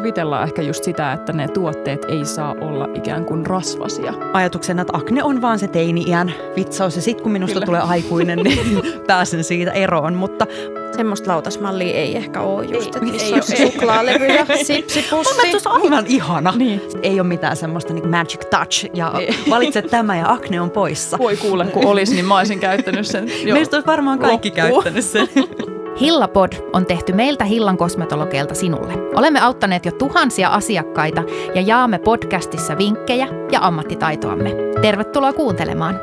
kuvitellaan ehkä just sitä, että ne tuotteet ei saa olla ikään kuin rasvasia. Ajatuksena, että akne on vaan se teini-iän vitsaus ja sitten kun minusta Kyllä. tulee aikuinen, niin pääsen siitä eroon, mutta semmoista lautasmallia ei ehkä ole just, että missä ei on ole. suklaalevyjä, sipsipussi. on se aivan ihana. Niin. Ei ole mitään semmoista niin magic touch ja valitset tämä ja akne on poissa. Voi kuule, kun olisi, niin mä olisin käyttänyt sen jo. Meistä olisi varmaan kaikki käyttänyt sen. Hillapod on tehty meiltä Hillan kosmetologeilta sinulle. Olemme auttaneet jo tuhansia asiakkaita ja jaamme podcastissa vinkkejä ja ammattitaitoamme. Tervetuloa kuuntelemaan.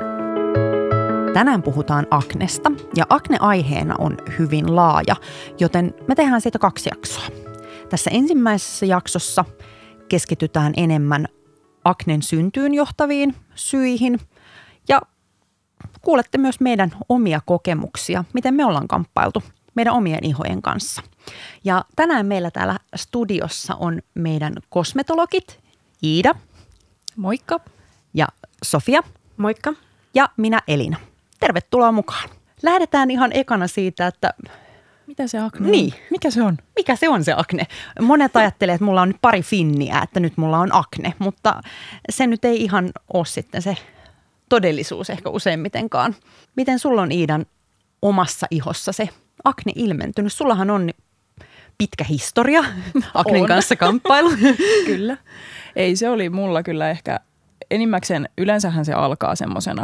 Tänään puhutaan aknesta ja akne-aiheena on hyvin laaja, joten me tehdään siitä 2 jaksoa. Tässä ensimmäisessä jaksossa keskitytään enemmän aknen syntyyn johtaviin syihin ja kuulette myös meidän omia kokemuksia, miten me ollaan kamppailtu meidän omien ihojen kanssa. Ja tänään meillä täällä studiossa on meidän kosmetologit Iida. Moikka. Ja Sofia. Moikka. Ja minä Elina. Tervetuloa mukaan. Lähdetään ihan ekana siitä, että Mitä se akne on? Niin. Mikä se on? mikä se on se akne. Monet ajattelee, että mulla on nyt pari finniä, että nyt mulla on akne, mutta se nyt ei ihan ole sitten se todellisuus ehkä useimmitenkaan. Miten sulla on Iidan omassa ihossa se akne ilmentynyt? Sullahan on pitkä historia aknen kanssa kamppailu. Kyllä. Ei, se oli mulla kyllä ehkä enimmäkseen, yleensähän se alkaa semmosena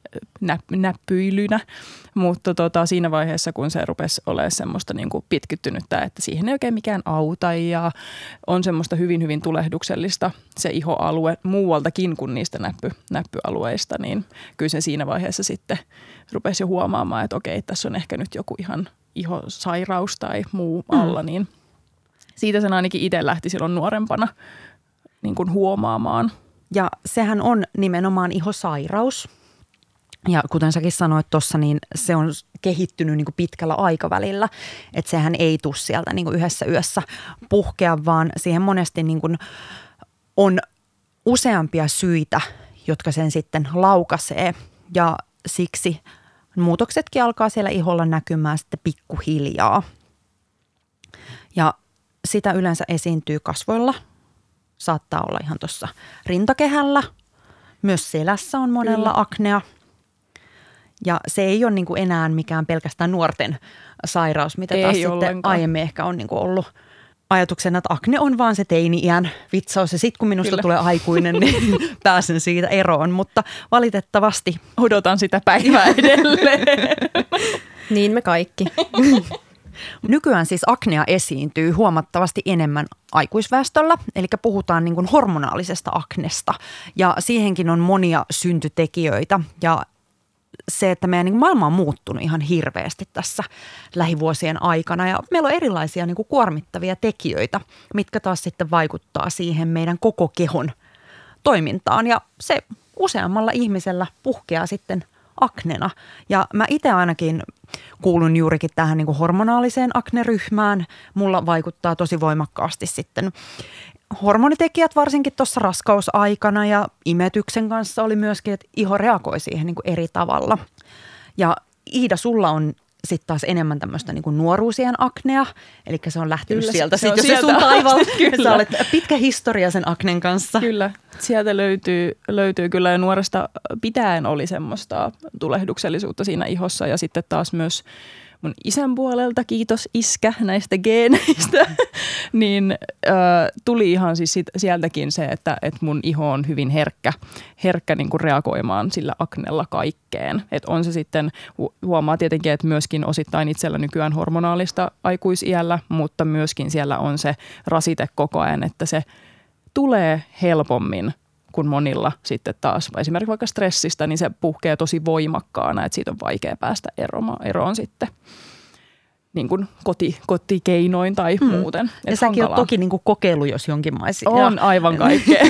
näppyilynä, mutta siinä vaiheessa, kun se rupesi olemaan semmoista niin kuin pitkittynyttä, että siihen ei oikein mikään auta ja on semmoista hyvin, hyvin tulehduksellista se ihoalue muualtakin kuin niistä näppyalueista, niin kyllä se siinä vaiheessa sitten rupesi jo huomaamaan, että okei, tässä on ehkä nyt joku ihan ihosairaus tai muu alla, niin siitä sen ainakin itse lähti silloin nuorempana niin kuin huomaamaan. Ja sehän on nimenomaan ihosairaus. Ja kuten säkin sanoit tuossa, niin se on kehittynyt niin kuin pitkällä aikavälillä. Että sehän ei tule sieltä niin kuin yhdessä yössä puhkea, vaan siihen monesti niin kuin on useampia syitä, jotka sen sitten laukaisee. Ja siksi muutoksetkin alkaa siellä iholla näkymään sitten pikkuhiljaa. Ja sitä yleensä esiintyy kasvoilla. Saattaa olla ihan tuossa rintakehällä. Myös selässä on monella aknea. Ja se ei ole niin kuin enää mikään pelkästään nuorten sairaus, mitä taas ei sitten ollenkaan. aiemmin ehkä on niin kuin ollut ajatuksena, että akne on vaan se teini-iän vitsaus. Ja sitten kun minusta Kyllä. tulee aikuinen, niin pääsen siitä eroon. Mutta valitettavasti Odotan sitä päivää edelleen. Niin me kaikki. nykyään siis aknea esiintyy huomattavasti enemmän aikuisväestöllä, eli puhutaan niin kuin hormonaalisesta aknesta ja siihenkin on monia syntytekijöitä ja se, että meidän niin kuin maailma on muuttunut ihan hirveästi tässä lähivuosien aikana ja meillä on erilaisia niin kuin kuormittavia tekijöitä, mitkä taas sitten vaikuttaa siihen meidän koko kehon toimintaan ja se useammalla ihmisellä puhkeaa sitten aknena. Ja mä itse ainakin kuulun juurikin tähän niin kuin hormonaaliseen akneryhmään. Mulla vaikuttaa tosi voimakkaasti sitten hormonitekijät varsinkin tuossa raskausaikana ja imetyksen kanssa oli myöskin, että iho reagoi siihen niin kuin eri tavalla. Ja Iida, sulla on sitten taas enemmän tämmöistä niin kuin nuoruusien aknea, eli se on lähtenyt Kyllä, sieltä se on sitten se sun sieltä taival. Kyllä. Sä olet pitkä historia sen aknen kanssa. Kyllä, sieltä löytyy kyllä ja nuoresta pitäen oli semmoista tulehduksellisuutta siinä ihossa ja sitten taas myös mun isän puolelta, kiitos iskä näistä geeneistä, niin tuli ihan siis sieltäkin se, että mun iho on hyvin herkkä niin kuin reagoimaan sillä aknella kaikkeen. Että on se sitten, huomaa tietenkin, että myöskin osittain itsellä nykyään hormonaalista aikuisiällä, mutta myöskin siellä on se rasite koko ajan, että se tulee helpommin kuin monilla sitten taas esimerkiksi vaikka stressistä, niin se puhkee tosi voimakkaana, että siitä on vaikea päästä eroon sitten niin kuin kotikeinoin tai muuten. Ja säkin oot toki niin kuin kokeilu, jos jonkin maisi. On aivan kaikkea.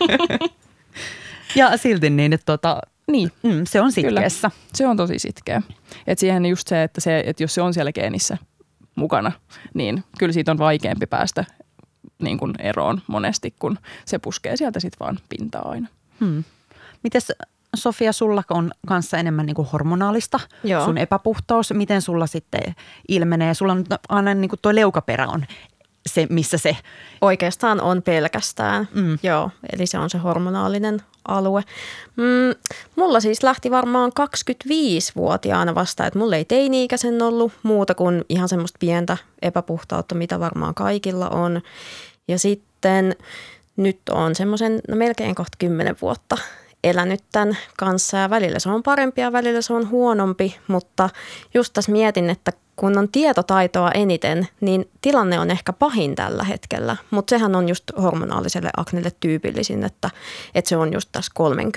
Ja silti niin, että Niin. Se on sitkeässä. Kyllä, se on tosi sitkeä. Että siihen just se, että jos se on siellä geenissä mukana, niin kyllä siitä on vaikeampi päästä niin kuin eroon monesti, kun se puskee sieltä sitten vaan pintaa aina. Mites Sofia, sulla on kanssa enemmän niin kuin hormonaalista, sun epäpuhtaus. Miten sulla sitten ilmenee? Sulla on aina niin kuin tuo leukaperä on se, missä se... Oikeastaan on pelkästään, joo, eli se on se hormonaalinen alue. Mulla siis lähti varmaan 25-vuotiaana vasta, että mulla ei teini-ikäisen ollut muuta kuin ihan semmoista pientä epäpuhtautta, mitä varmaan kaikilla on. Ja sitten nyt on semmoisen melkein kohta 10 vuotta elänyt tämän kanssa ja välillä se on parempi ja välillä se on huonompi, mutta just tässä mietin, että kun on tietotaitoa eniten, niin tilanne on ehkä pahin tällä hetkellä, mutta sehän on just hormonaaliselle aknelle tyypillisin, että se on just tässä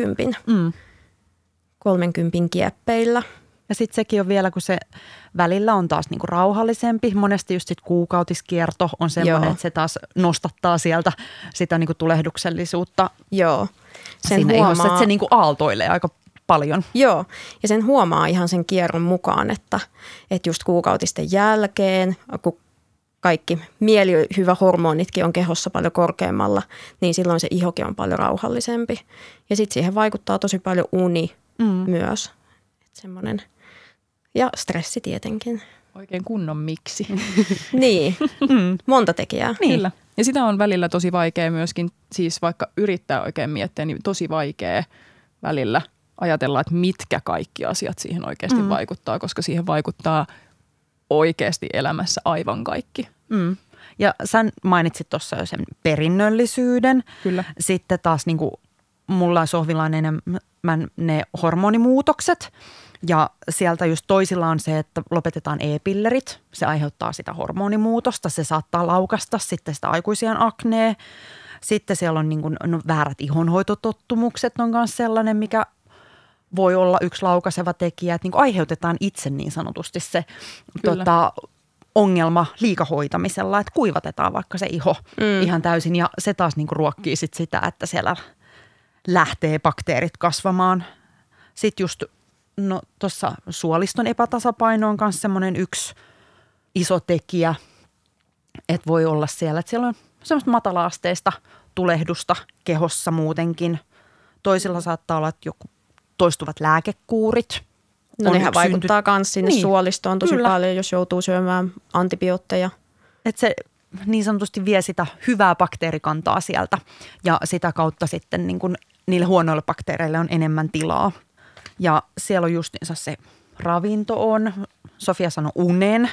30 kieppeillä. Ja sitten sekin on vielä, kun se välillä on taas niinku rauhallisempi. Monesti just sit kuukautiskierto on semmoinen, että se taas nostattaa sieltä sitä niinku tulehduksellisuutta. Joo. Sen siinä ihossa, että se niinku aaltoilee aika paljon. Joo, ja sen huomaa ihan sen kierron mukaan, että just kuukautisten jälkeen, kun kaikki mielihyvä hormonitkin on kehossa paljon korkeammalla, niin silloin se ihokin on paljon rauhallisempi. Ja sitten siihen vaikuttaa tosi paljon uni myös. Semmoinen. Ja stressi tietenkin. Oikein kunnon miksi. Niin, monta tekijää. Niin. Kyllä. Ja sitä on välillä tosi vaikea myöskin, siis vaikka yrittää oikein miettiä, niin tosi vaikea välillä ajatella, että mitkä kaikki asiat siihen oikeasti vaikuttaa, koska siihen vaikuttaa oikeasti elämässä aivan kaikki. Ja sä mainitsit tuossa jo sen perinnöllisyyden. Kyllä. Sitten taas niin kuin mulla sohvilla on enemmän ne hormonimuutokset. Ja sieltä just toisilla on se, että lopetetaan e-pillerit. Se aiheuttaa sitä hormonimuutosta. Se saattaa laukasta sitten sitä aikuisien aknea. Sitten siellä on niin kuin, väärät ihonhoitotottumukset on myös sellainen, mikä voi olla yksi laukaiseva tekijä. Että niin kuin aiheutetaan itse niin sanotusti se ongelma liikahoitamisella, että kuivatetaan vaikka se iho ihan täysin. Ja se taas niin kuin ruokkii sit sitä, että siellä lähtee bakteerit kasvamaan. Sitten just tuossa suoliston epätasapaino on myös semmoinen yksi iso tekijä, että voi olla siellä, että siellä on semmoista matala-asteista tulehdusta kehossa muutenkin. Toisilla saattaa olla joku toistuvat lääkekuurit. No nehän vaikuttaa myös sinne suolistoon tosi paljon, jos joutuu syömään antibiootteja. Että se niin sanotusti vie sitä hyvää bakteerikantaa sieltä ja sitä kautta sitten niin kuin niille huonoille bakteereille on enemmän tilaa. Ja siellä on justiinsa se ravinto on. Sofia sanoi unen.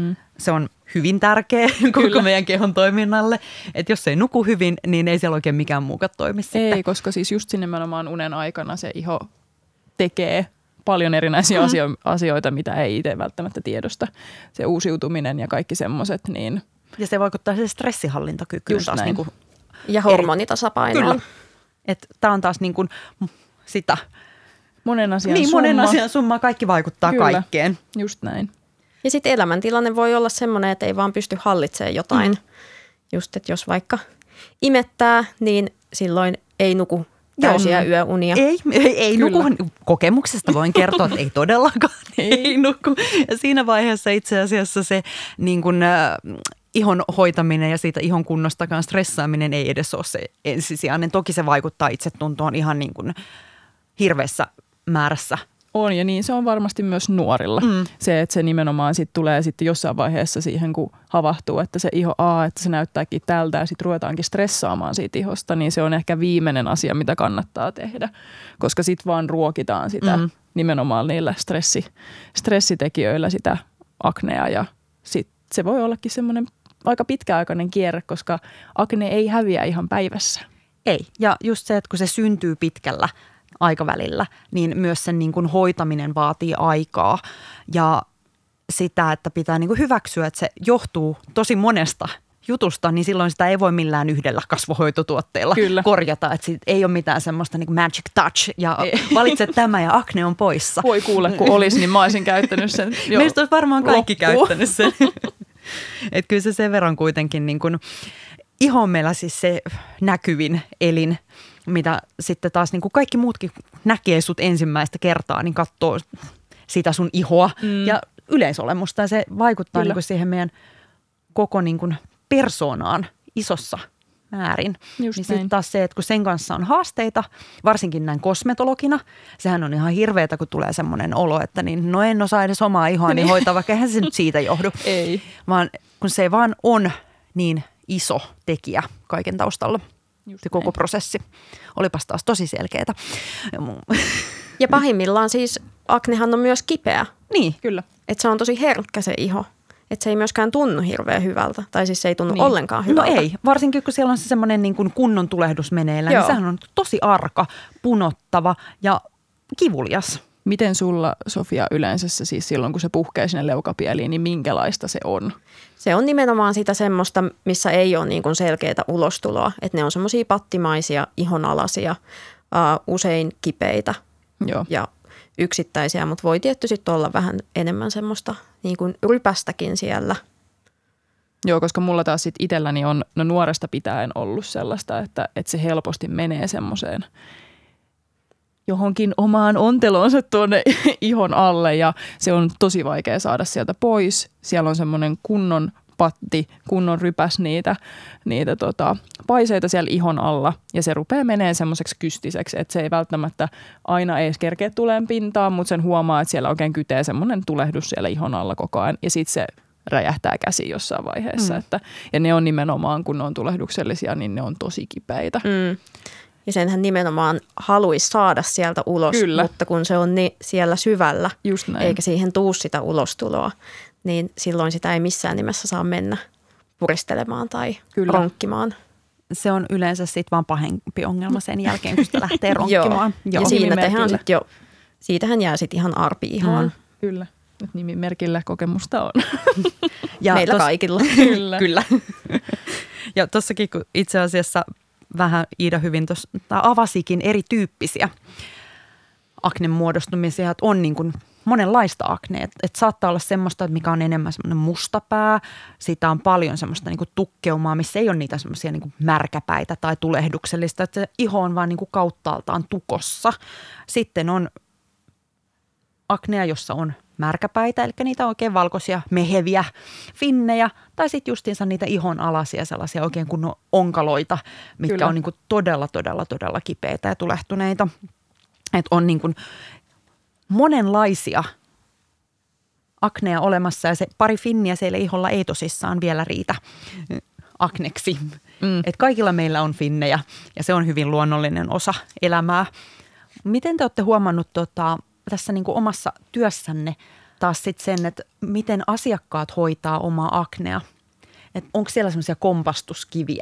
Se on hyvin tärkeä koko meidän kehon toiminnalle. Että jos ei nuku hyvin, niin ei siellä oikein mikään muukaan toimi sitten. Ei, koska siis just nimenomaan unen aikana se iho tekee paljon erinäisiä asioita, mitä ei itse välttämättä tiedosta. Se uusiutuminen ja kaikki semmoiset. Niin. Ja se vaikuttaa se stressihallintakykyyn taas. Niin kuin ja hormonitasapainoon. Kyllä. Että tämä on taas niin kuin sitä monen asian niin, summa. Monen asian summa. Kaikki vaikuttaa kaikkeen. Just näin. Ja sitten elämäntilanne voi olla semmoinen, että ei vaan pysty hallitsemaan jotain. Just, että jos vaikka imettää, niin silloin ei nuku täysiä yöunia. Ei nuku. Kokemuksesta voin kertoa, että ei todellakaan ei nuku. Ja siinä vaiheessa itse asiassa se niin kun, ihon hoitaminen ja siitä ihon kunnostakaan stressaaminen ei edes ole se ensisijainen. Toki se vaikuttaa itsetuntoon ihan niin kuin hirveässä määrässä. On ja niin se on varmasti myös nuorilla. Se, että se nimenomaan sit tulee sitten jossain vaiheessa siihen, kun havahtuu, että se iho, että se näyttääkin tältä ja sitten ruvetaankin stressaamaan siitä ihosta, niin se on ehkä viimeinen asia, mitä kannattaa tehdä, koska sitten vaan ruokitaan sitä nimenomaan niillä stressitekijöillä sitä aknea ja sitten se voi ollakin semmoinen aika pitkäaikainen kierre, koska akne ei häviä ihan päivässä. Ei, ja just se, että kun se syntyy pitkällä aikavälillä, niin myös sen niin kuin hoitaminen vaatii aikaa ja sitä, että pitää niin kuin hyväksyä, että se johtuu tosi monesta jutusta, niin silloin sitä ei voi millään yhdellä kasvohoitotuotteella korjata. Että ei ole mitään semmoista niin kuin magic touch ja valitset tämä ja akne on poissa. Voi kuule, kun olisi, niin mä olisin käyttänyt sen jo. Meistä olisi varmaan kaikki käyttänyt sen. Että kyllä se sen verran kuitenkin niin kuin, iho on meillä siis se näkyvin elin, mitä sitten taas niin kuin kaikki muutkin näkee sut ensimmäistä kertaa, niin katsoo sitä sun ihoa ja yleisolemusta. Ja se vaikuttaa niin kuin siihen meidän koko niin kuin persoonaan isossa määrin. Just niin sitten taas se, että kun sen kanssa on haasteita, varsinkin näin kosmetologina, sehän on ihan hirveetä, kun tulee semmoinen olo, että niin, no en osaa edes omaa ihoa niin hoitaa, vaikka eihän se nyt siitä johdu. Ei. Vaan kun se vaan on niin iso tekijä kaiken taustalla. Just Se koko prosessi. Olipas taas tosi selkeätä. Ja pahimmillaan siis aknehan on myös kipeä. Niin. Kyllä. Että se on tosi herkkä se iho. Että se ei myöskään tunnu hirveän hyvältä. Tai siis se ei tunnu ollenkaan hyvältä. No ei, varsinkin kun siellä on se semmoinen niin kuin kunnon tulehdus meneillä, niin sehän on tosi arka, punottava ja kivulias. Miten sulla, Sofia, yleensä se siis silloin, kun se puhkee sinne leukapieliin, niin minkälaista se on? Se on nimenomaan sitä semmoista, missä ei ole niin kuin selkeää ulostuloa. Että ne on semmoisia pattimaisia, ihonalaisia, usein kipeitä ja yksittäisiä, mutta voi tietty sitten olla vähän enemmän semmoista niin kuin rypästäkin siellä. Joo, koska mulla taas sitten itselläni on nuoresta pitäen ollut sellaista, että se helposti menee semmoiseen johonkin omaan onteloonsa tuonne ihon alle ja se on tosi vaikea saada sieltä pois. Siellä on semmoinen kunnon patti, kunnon rypäs niitä paiseita siellä ihon alla ja se rupeaa menee semmoiseksi kystiseksi, että se ei välttämättä aina edes kerkeä tuleen pintaan, mutta sen huomaa, että siellä oikein kytee semmoinen tulehdus siellä ihon alla koko ajan ja sitten se räjähtää käsiin jossain vaiheessa. Ja ne on nimenomaan, kun ne on tulehduksellisia, niin ne on tosi kipeitä. Ja senhän nimenomaan haluaisi saada sieltä ulos, mutta kun se on siellä syvällä, eikä siihen tuu sitä ulostuloa, niin silloin sitä ei missään nimessä saa mennä puristelemaan tai ronkkimaan. Se on yleensä sitten vaan pahempi ongelma sen jälkeen, kun sitä lähtee ronkkimaan. Joo. Ja siinä tehdään sitten jo, siitähän jää sitten ihan arpi ihoon. Kyllä. Nyt nimimerkillä kokemusta on. Ja meillä kaikilla. Kyllä. Ja tossakin, kun itse asiassa vähän Iida hyvin avasikin erityyppisiä aknen muodostumisia, että on niin kuin monenlaista aknea. Että saattaa olla semmoista, että mikä on enemmän semmoinen mustapää. Siitä on paljon semmoista niin kuin tukkeumaa, missä ei ole niitä semmoisia niin kuin märkäpäitä tai tulehduksellista. Että se iho on vaan niin kuin kauttaaltaan tukossa. Sitten on aknea, jossa on märkäpäitä, eli niitä oikein valkoisia, meheviä finnejä, tai sitten justiinsa niitä ihon alasia, sellaisia oikein kunnon onkaloita, mitkä on niin kuin todella kipeitä ja tulehtuneita. Että on niin kuin monenlaisia akneja olemassa, ja se pari finniä siellä iholla ei tosissaan vielä riitä akneksi. Että kaikilla meillä on finnejä, ja se on hyvin luonnollinen osa elämää. Miten te olette huomannut tässä niin kuin omassa työssänne taas sit sen, että miten asiakkaat hoitaa omaa aknea? Että onko siellä semmoisia kompastuskiviä?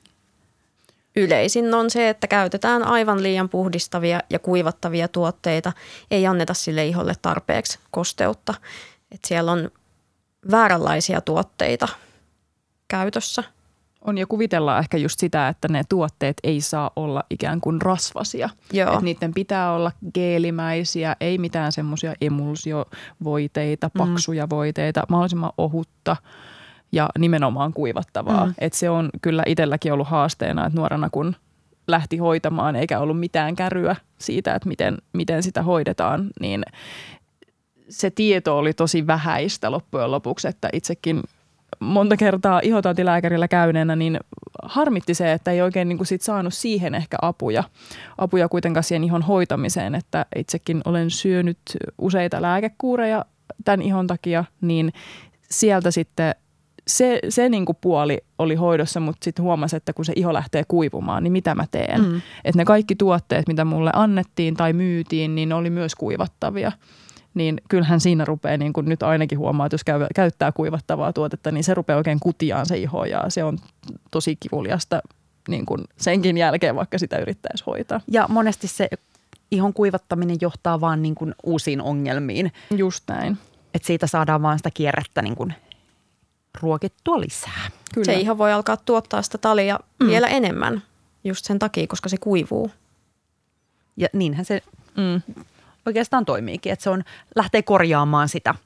Yleisin on se, että käytetään aivan liian puhdistavia ja kuivattavia tuotteita. Ei anneta sille iholle tarpeeksi kosteutta. Että siellä on vääränlaisia tuotteita käytössä. On ja kuvitellaan ehkä just sitä, että ne tuotteet ei saa olla ikään kuin rasvasia. Että niiden pitää olla geelimäisiä, ei mitään semmoisia emulsiovoiteita, paksuja voiteita, mahdollisimman ohutta ja nimenomaan kuivattavaa. Että se on kyllä itselläkin ollut haasteena, että nuorena kun lähti hoitamaan eikä ollut mitään käryä siitä, että miten sitä hoidetaan, niin se tieto oli tosi vähäistä loppujen lopuksi, että itsekin monta kertaa ihotautilääkärillä käyneenä, niin harmitti se, että ei oikein niin kuin sit saanut siihen ehkä apuja kuitenkaan siihen ihon hoitamiseen, että itsekin olen syönyt useita lääkekuureja tämän ihon takia, niin sieltä sitten se niin kuin puoli oli hoidossa, mutta sitten huomasi, että kun se iho lähtee kuivumaan, niin mitä mä teen? Että ne kaikki tuotteet, mitä mulle annettiin tai myytiin, niin ne oli myös kuivattavia. Niin kyllähän siinä rupeaa, niin kuin nyt ainakin huomaa, että jos käyttää kuivattavaa tuotetta, niin se rupeaa oikein kutiaan se iho ja se on tosi kivuliasta niin kuin senkin jälkeen, vaikka sitä yrittäisi hoitaa. Ja monesti se ihon kuivattaminen johtaa vaan niin kuin uusiin ongelmiin. Just näin. Että siitä saadaan vaan sitä kierrettä niin kuin ruokittua lisää. Kyllä. Se iho voi alkaa tuottaa sitä talia vielä enemmän just sen takia, koska se kuivuu. Ja niinhän se oikeastaan toimiikin, että se lähtee korjaamaan sitä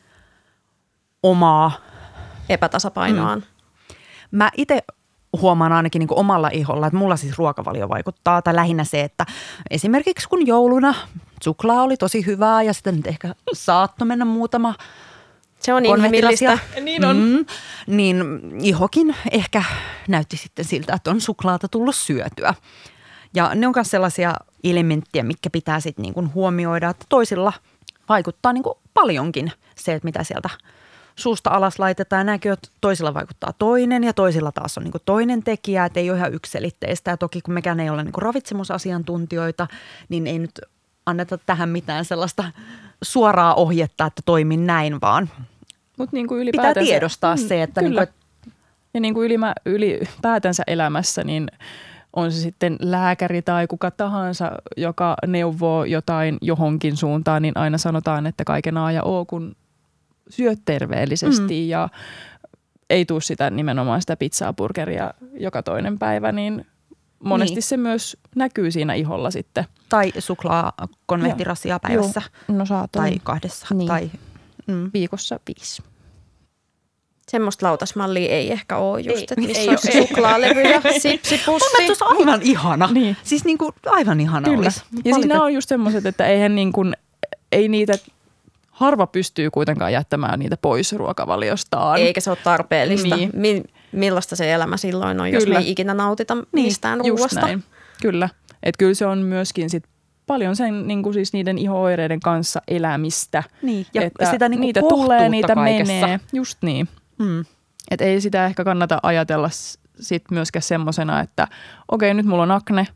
omaa epätasapainoaan. Mä itse huomaan ainakin niin kuin omalla iholla, että mulla siis ruokavalio vaikuttaa, tai lähinnä se, että esimerkiksi kun jouluna suklaa oli tosi hyvää ja sitten nyt ehkä saattoi mennä muutama se on inhimillistä. Niin on. Niin ihokin ehkä näytti sitten siltä, että on suklaata tullut syötyä. Ja ne on myös sellaisia elementtejä, mitkä pitää sitten niin kuin huomioida, että toisilla vaikuttaa niin kuin paljonkin se, että mitä sieltä suusta alas laitetaan ja näkyy, että toisilla vaikuttaa toinen ja toisilla taas on niin kuin toinen tekijä, että ei ole ihan yksiselitteistä. Ja toki kun mekään ei ole niin kuin ravitsemusasiantuntijoita, niin ei nyt anneta tähän mitään sellaista suoraa ohjetta, että toimin näin, vaan Mut niin kuin pitää tiedostaa se, että kyllä. niin kuin, ja niin kuin ylipäätänsä elämässä, niin on se sitten lääkäri tai kuka tahansa, joka neuvoo jotain johonkin suuntaan, niin aina sanotaan, että kaiken A ja O, kun syöt terveellisesti ja ei tule sitä nimenomaan sitä pizzaa, burgeria joka toinen päivä, niin monesti se myös näkyy siinä iholla sitten. Tai suklaakonvehtirasia päivässä. No saatoin. Tai 2. Niin. Tai viikossa 5. Semmoista lautasmallia ei ehkä ole just, että missä on suklaalevy ja sipsipussi. Mun on aivan ihana. Niin. Siis niin kuin aivan ihana Kyllä. olisi. Ja siinä on just semmoiset, että eihän niin kuin, ei niitä, harva pystyy kuitenkaan jättämään niitä pois ruokavaliostaan. Eikä se ole tarpeellista. Niin. Millaista se elämä silloin on, jos me ei ikinä nautita mistään ruuasta. Näin. Kyllä. Että kyllä se on myöskin sit paljon sen niin kuin siis niiden iho-oireiden kanssa elämistä. Niin. Ja että sitä niin kuin niitä tulee, niitä kaikessa. menee. Just niin. Että ei sitä ehkä kannata ajatella sit myöskään semmosena, että okei, nyt mulla on akne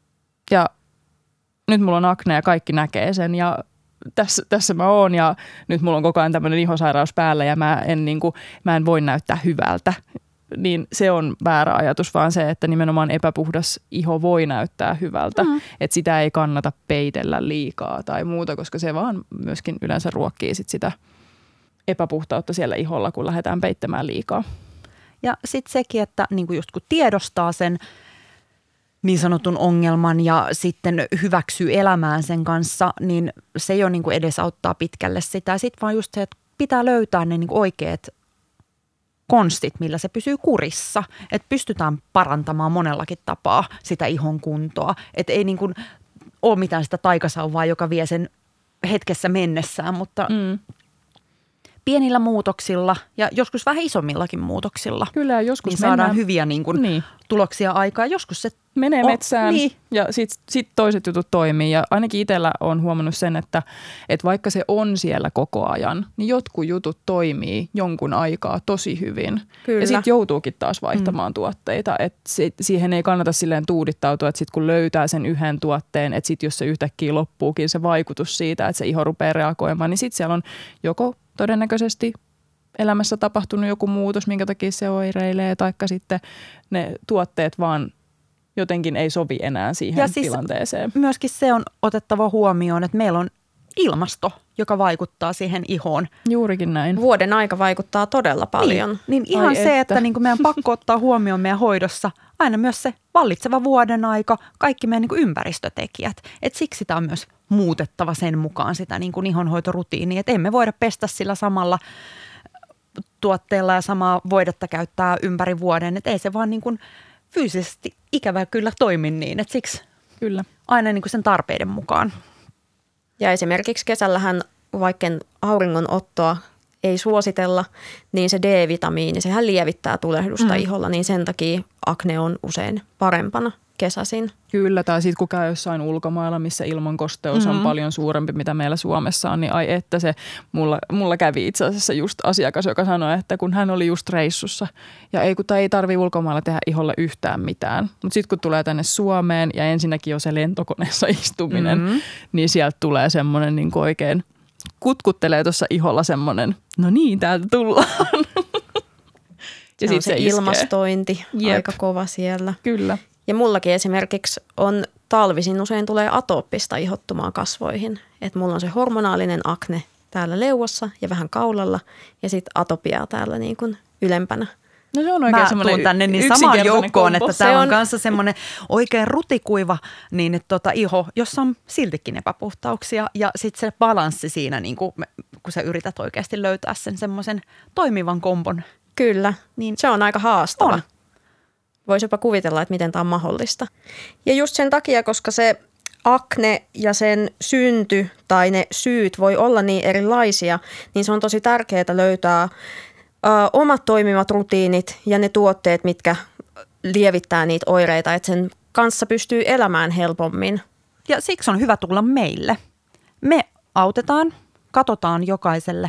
ja kaikki näkee sen ja tässä mä oon ja nyt mulla on koko ajan tämmöinen ihosairaus päällä ja mä en voi näyttää hyvältä. Niin se on väärä ajatus, vaan se, että nimenomaan epäpuhdas iho voi näyttää hyvältä. Että sitä ei kannata peitellä liikaa tai muuta, koska se vaan myöskin yleensä ruokkii sitä epäpuhtautta siellä iholla, kun lähdetään peittämään liikaa. Ja sitten sekin, että niin kuin just kun tiedostaa sen niin sanotun ongelman ja sitten hyväksyy elämään sen kanssa, niin se jo niin kuin edesauttaa pitkälle sitä. Sitten vaan just se, että pitää löytää ne niin kuin oikeat konstit, millä se pysyy kurissa. Että pystytään parantamaan monellakin tapaa sitä ihon kuntoa. Että ei niin kuin ole mitään sitä taikasauvaa, joka vie sen hetkessä mennessään, mutta pienillä muutoksilla ja joskus vähän isommillakin muutoksilla. Kyllä, joskus niin saadaan hyviä niin kuin tuloksia aikaa. Joskus se menee metsään ja sit toiset jutut toimii. Ja ainakin itsellä olen huomannut sen, että vaikka se on siellä koko ajan, niin jotkut jutut toimii jonkun aikaa tosi hyvin. Kyllä. Ja sitten joutuukin taas vaihtamaan tuotteita. Että siihen ei kannata silleen tuudittautua, että sitten kun löytää sen yhden tuotteen, että sitten jos se yhtäkkiä loppuukin se vaikutus siitä, että se iho rupeaa reagoimaan, niin sitten siellä on joko todennäköisesti elämässä tapahtunut joku muutos, minkä takia se oireilee, taikka sitten ne tuotteet vaan jotenkin ei sovi enää siihen ja siis tilanteeseen. Myöskin se on otettava huomioon, että meillä on ilmasto, joka vaikuttaa siihen ihoon. Juurikin näin. Vuoden aika vaikuttaa todella paljon. Niin ihan se, että niin kuin meidän pakko ottaa huomioon meidän hoidossa aina myös se vallitseva vuoden aika, kaikki meidän niin kuin ympäristötekijät. Et siksi sitä on myös muutettava sen mukaan sitä niin kuin ihonhoitorutiinia, että emme voida pestä sillä samalla tuotteella ja samaa voidetta käyttää ympäri vuoden, että ei se vaan niin kuin fyysisesti ikävä kyllä toimi niin, että siksi kyllä aina niin kuin sen tarpeiden mukaan. Ja esimerkiksi kesällähän, vaikka auringonottoa ei suositella, niin se D-vitamiini, sehän lievittää tulehdusta iholla, niin sen takia akne on usein parempana kesäisin. Kyllä, tai sitten kun käy jossain ulkomailla, missä ilmankosteus on paljon suurempi, mitä meillä Suomessa on, niin ai että se, mulla kävi itse asiassa just asiakas, joka sanoi, että kun hän oli just reissussa ja ei tarvitse ulkomailla tehdä iholle yhtään mitään. Mutta sitten kun tulee tänne Suomeen ja ensinnäkin jo se lentokoneessa istuminen, niin sieltä tulee semmoinen niin kuin oikein kutkuttelee tuossa iholla semmoinen, no niin, täältä tullaan. Ja sitten se ilmastointi aika kova siellä. Kyllä. Ja mullakin esimerkiksi on talvisin usein tulee atooppista ihottumaa kasvoihin. Että mulla on se hormonaalinen akne täällä leuassa ja vähän kaulalla ja sitten atopiaa täällä niin kuin ylempänä. No se on oikein semmoinen tänne niin samaan joukkoon, että tämä on kanssa semmoinen oikein rutikuiva niin, että iho, jossa on siltikin epäpuhtauksia ja sitten se balanssi siinä, niin kun sä yrität oikeasti löytää sen semmoisen toimivan kombon. Kyllä, niin se on aika haastava. On. Voisi jopa kuvitella, että miten tämä on mahdollista. Ja just sen takia, koska se akne ja sen synty tai ne syyt voi olla niin erilaisia, niin se on tosi tärkeää löytää omat toimivat rutiinit ja ne tuotteet, mitkä lievittää niitä oireita, että sen kanssa pystyy elämään helpommin. Ja siksi on hyvä tulla meille. Me autetaan, katsotaan jokaiselle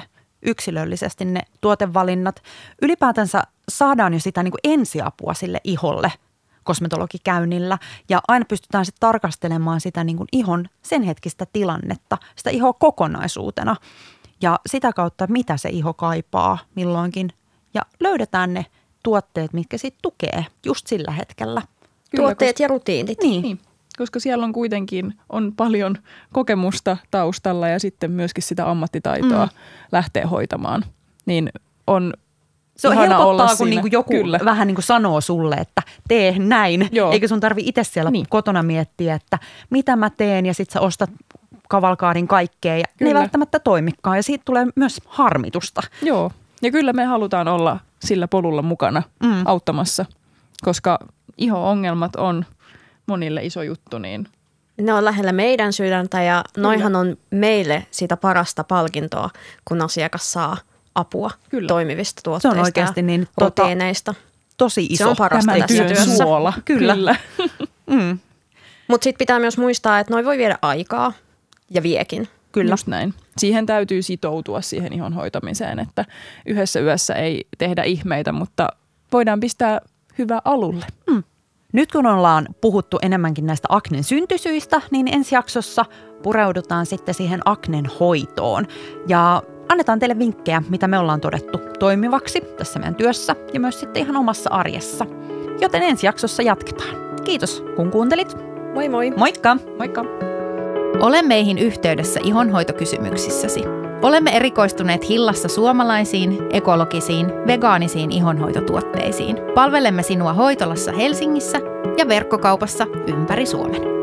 yksilöllisesti ne tuotevalinnat. Ylipäätänsä saadaan jo sitä niin kuin ensiapua sille iholle kosmetologikäynnillä ja aina pystytään sitten tarkastelemaan sitä niin kuin ihon sen hetkistä tilannetta, sitä ihoa kokonaisuutena ja sitä kautta, mitä se iho kaipaa milloinkin ja löydetään ne tuotteet, mitkä sitten tukee just sillä hetkellä. Tuotteet ja rutiinit. Niin, koska siellä on kuitenkin paljon kokemusta taustalla ja sitten myöskin sitä ammattitaitoa lähteä hoitamaan. Niin on se on ihana olla helpottaa, kun siinä. niinku joku vähän niinku sanoo sulle, että tee näin. Joo. Eikä sun tarvi itse siellä kotona miettiä, että mitä mä teen ja sit sä ostat kavalkaadin kaikkea ja ne ei välttämättä toimikaan ja siitä tulee myös harmitusta. Joo, ja kyllä me halutaan olla sillä polulla mukana auttamassa, koska iho-ongelmat on monille iso juttu. Niin ne on lähellä meidän sydäntä ja noihan on meille sitä parasta palkintoa, kun asiakas saa apua toimivista tuotteista. Se on oikeasti niin rutiineista. Tosi iso. Se on parasta tämän tässä työn työssä. suola. Kyllä. Mutta sitten pitää myös muistaa, että noi voi viedä aikaa ja viekin. Kyllä. Just näin. Siihen täytyy sitoutua siihen ihon hoitamiseen, että yhdessä yössä ei tehdä ihmeitä, mutta voidaan pistää hyvä alulle. Nyt kun ollaan puhuttu enemmänkin näistä aknen syntysyistä, niin ensi jaksossa pureudutaan sitten siihen aknen hoitoon. Ja annetaan teille vinkkejä, mitä me ollaan todettu toimivaksi tässä meidän työssä ja myös sitten ihan omassa arjessa. Joten ensi jaksossa jatketaan. Kiitos kun kuuntelit. Moi moi! Moikka! Moikka! Ole meihin yhteydessä ihonhoitokysymyksissäsi. Olemme erikoistuneet Hillassa suomalaisiin, ekologisiin, vegaanisiin ihonhoitotuotteisiin. Palvelemme sinua hoitolassa Helsingissä ja verkkokaupassa ympäri Suomen.